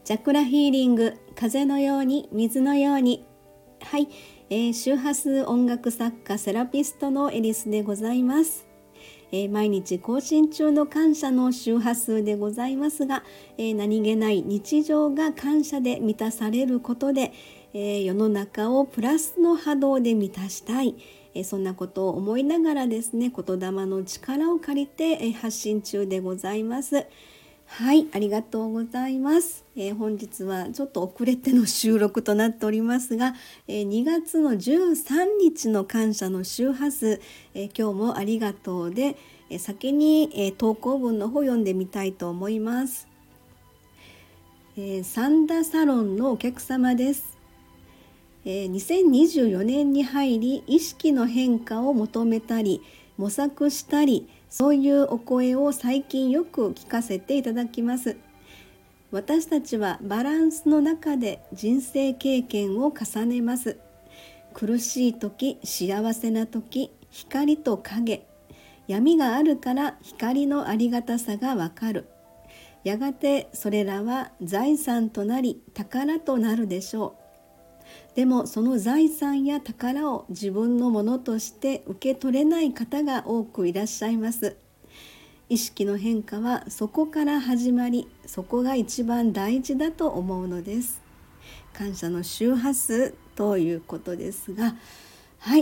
チャクラヒーリング、風のように水のように。はい、周波数音楽作家セラピストのエリスでございます。毎日更新中の感謝の周波数でございますが、何気ない日常が感謝で満たされることで、世の中をプラスの波動で満たしたい、そんなことを思いながらですね、言霊の力を借りて、発信中でございます。はい、ありがとうございます。本日はちょっと遅れての収録となっておりますが、2月の13日の感謝の周波数、今日もありがとうで、先に、投稿文の方読んでみたいと思います。サンダサロンのお客様です。2024年に入り、意識の変化を求めたり模索したり、そういうお声を最近よく聞かせていただきます。私たちはバランスの中で人生経験を重ねます。苦しい時、幸せな時、光と影、闇があるから光のありがたさがわかる。やがてそれらは財産となり宝となるでしょう。でもその財産や宝を自分のものとして受け取れない方が多くいらっしゃいます。意識の変化はそこから始まり、そこが一番大事だと思うのです。感謝の周波数ということですが、はい、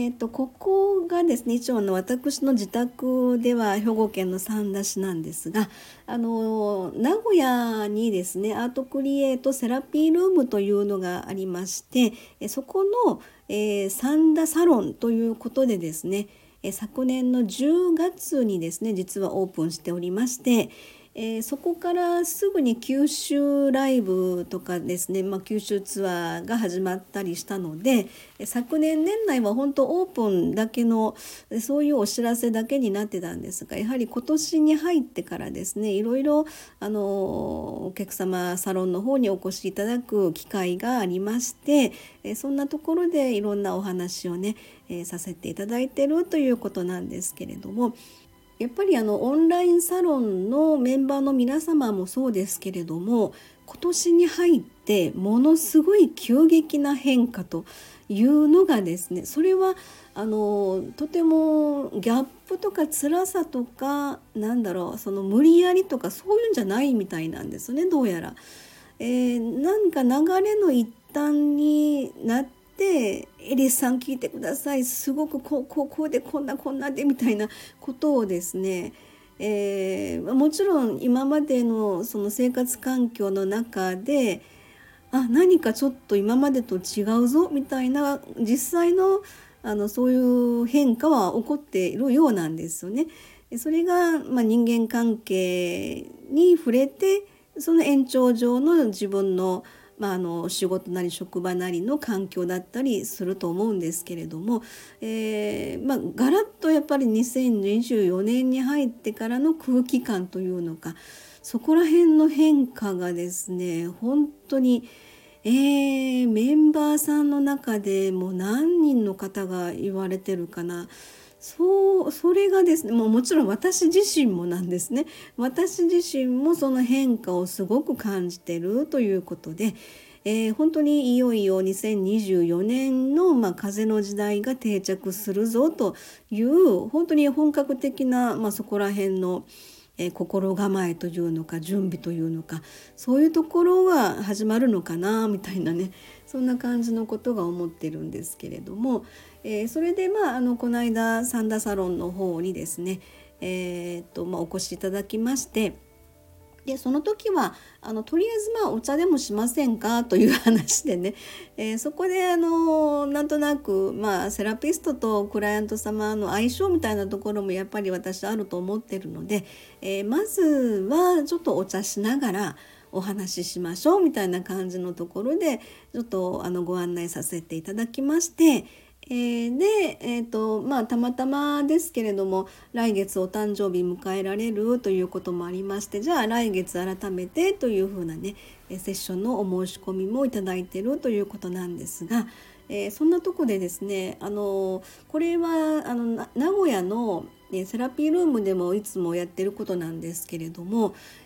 ここがですね、一応私の自宅では兵庫県の三田市なんですが、名古屋にですね、アートクリエイトセラピールームというのがありまして、そこの、三田サロンということでですね、昨年の10月にですね、実はオープンしておりまして、そこからすぐに九州ライブとかですね、九州ツアーが始まったりしたので、昨年年内は本当オープンだけのそういうお知らせだけになってたんですが、やはり今年に入ってからですね、いろいろお客様サロンの方にお越しいただく機会がありまして、そんなところでいろんなお話をね、させていただいているということなんですけれども、やっぱりオンラインサロンのメンバーの皆様もそうですけれども、今年に入ってものすごい急激な変化というのがですね、それはとてもギャップとか辛さとかその無理やりとかそういうんじゃないみたいなんですね、どうやら。なんか流れの一端になってエリスさん聞いてください、すごくこうでこんなでみたいなことをですね、もちろん今までのその生活環境の中で何かちょっと今までと違うぞみたいな実際のそういう変化は起こっているようなんですよね。それが、人間関係に触れて、その延長上の自分の、仕事なり職場なりの環境だったりすると思うんですけれども、ガラッとやっぱり2024年に入ってからの空気感というのか、そこら辺の変化がですね、本当に、メンバーさんの中でもう何人の方が言われてるかな。それがですね、もちろん私自身もなんですね。私自身もその変化をすごく感じてるということで、本当にいよいよ2024年の、風の時代が定着するぞという本当に本格的な、そこら辺の心構えというのか準備というのか、そういうところが始まるのかなみたいなね、そんな感じのことが思ってるんですけれども、それでこの間サンダサロンの方にですね、お越しいただきまして、でその時はとりあえずお茶でもしませんかという話でね、そこでなんとなく、セラピストとクライアント様の相性みたいなところもやっぱり私あると思ってるので、まずはちょっとお茶しながらお話ししましょうみたいな感じのところでちょっとご案内させていただきまして、で、たまたまですけれども来月お誕生日迎えられるということもありまして、じゃあ来月改めてというふうなねセッションのお申し込みもいただいているということなんですが、そんなとこでですね、これは名古屋のセラピールームでもいつもやってることなんですけれども、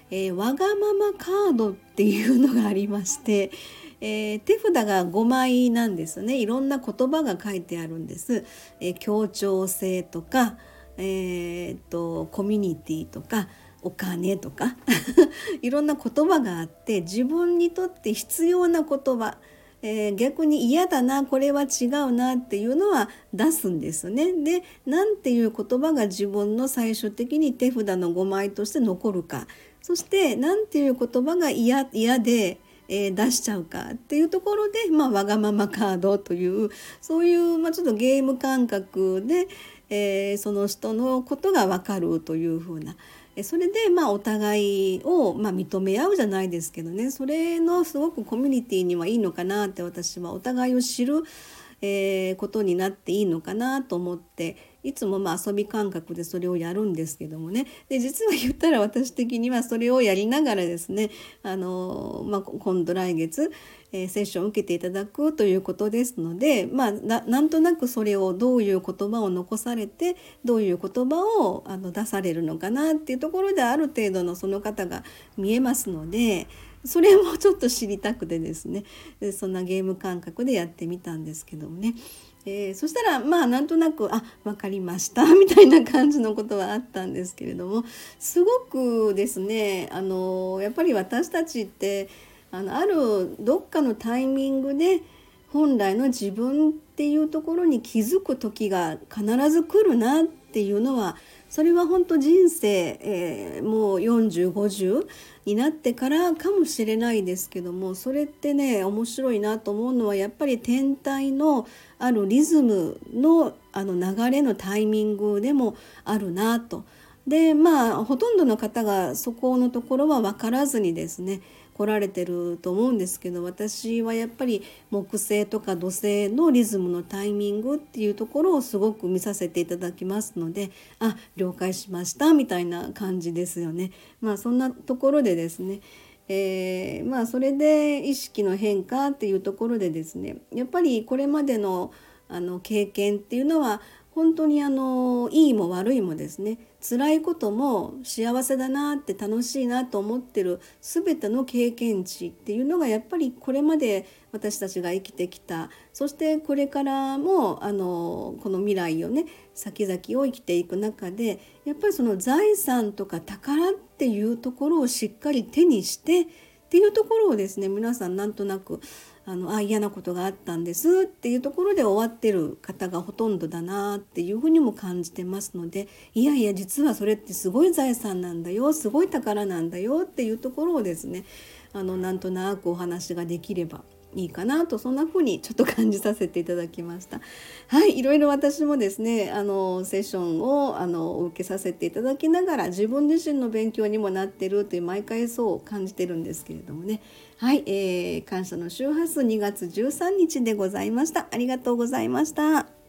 わがままカードっていうのがありまして、手札が5枚なんですね。いろんな言葉が書いてあるんです。協調性とか、コミュニティとかお金とかいろんな言葉があって、自分にとって必要な言葉、逆に嫌だな、これは違うなっていうのは出すんですね。で、なんていう言葉が自分の最終的に手札の5枚として残るか、そしてなんていう言葉が嫌で出しちゃうかっていうところで、わがままカードというそういう、ちょっとゲーム感覚で、その人のことが分かるというふうな、それでお互いを、認め合うじゃないですけどね、それのすごくコミュニティにはいいのかなって、私はお互いを知る、ことになっていいのかなと思って、いつも遊び感覚でそれをやるんですけどもね。で、実は言ったら私的にはそれをやりながらですね、今度来月、セッションを受けていただくということですので、なんとなくそれをどういう言葉を残されて、どういう言葉を出されるのかなっていうところで、ある程度のその方が見えますので、それもちょっと知りたくてですね、そんなゲーム感覚でやってみたんですけどもね。そしたらなんとなく分かりましたみたいな感じのことはあったんですけれども、すごくですね、やっぱり私たちってあるどっかのタイミングで本来の自分っていうところに気づく時が必ず来るなっていうのは、それは本当人生、もう40、50になってからかもしれないですけども、それってね、面白いなと思うのは、やっぱり天体のあるリズムの流れのタイミングでもあるなと。で、ほとんどの方がそこのところは分からずにですね来られてると思うんですけど、私はやっぱり木星とか土星のリズムのタイミングっていうところをすごく見させていただきますので、了解しましたみたいな感じですよね。そんなところでですね、それで意識の変化っていうところでですね、やっぱりこれまでの経験っていうのは本当にいいも悪いもですね、辛いことも幸せだなって楽しいなと思ってる全ての経験値っていうのが、やっぱりこれまで私たちが生きてきた、そしてこれからもこの未来をね、先々を生きていく中で、やっぱりその財産とか宝っていうところをしっかり手にしてっていうところをですね、皆さんなんとなく嫌なことがあったんですっていうところで終わってる方がほとんどだなっていうふうにも感じてますので、いやいや実はそれってすごい財産なんだよ、すごい宝なんだよっていうところをですね、なんとなくお話ができればいいかなと、そんな風にちょっと感じさせていただきました。はい、いろいろ私もですねセッションを受けさせていただきながら、自分自身の勉強にもなってるという毎回そう感じてるんですけれどもね。はい、感謝の周波数2月13日でございました。ありがとうございました。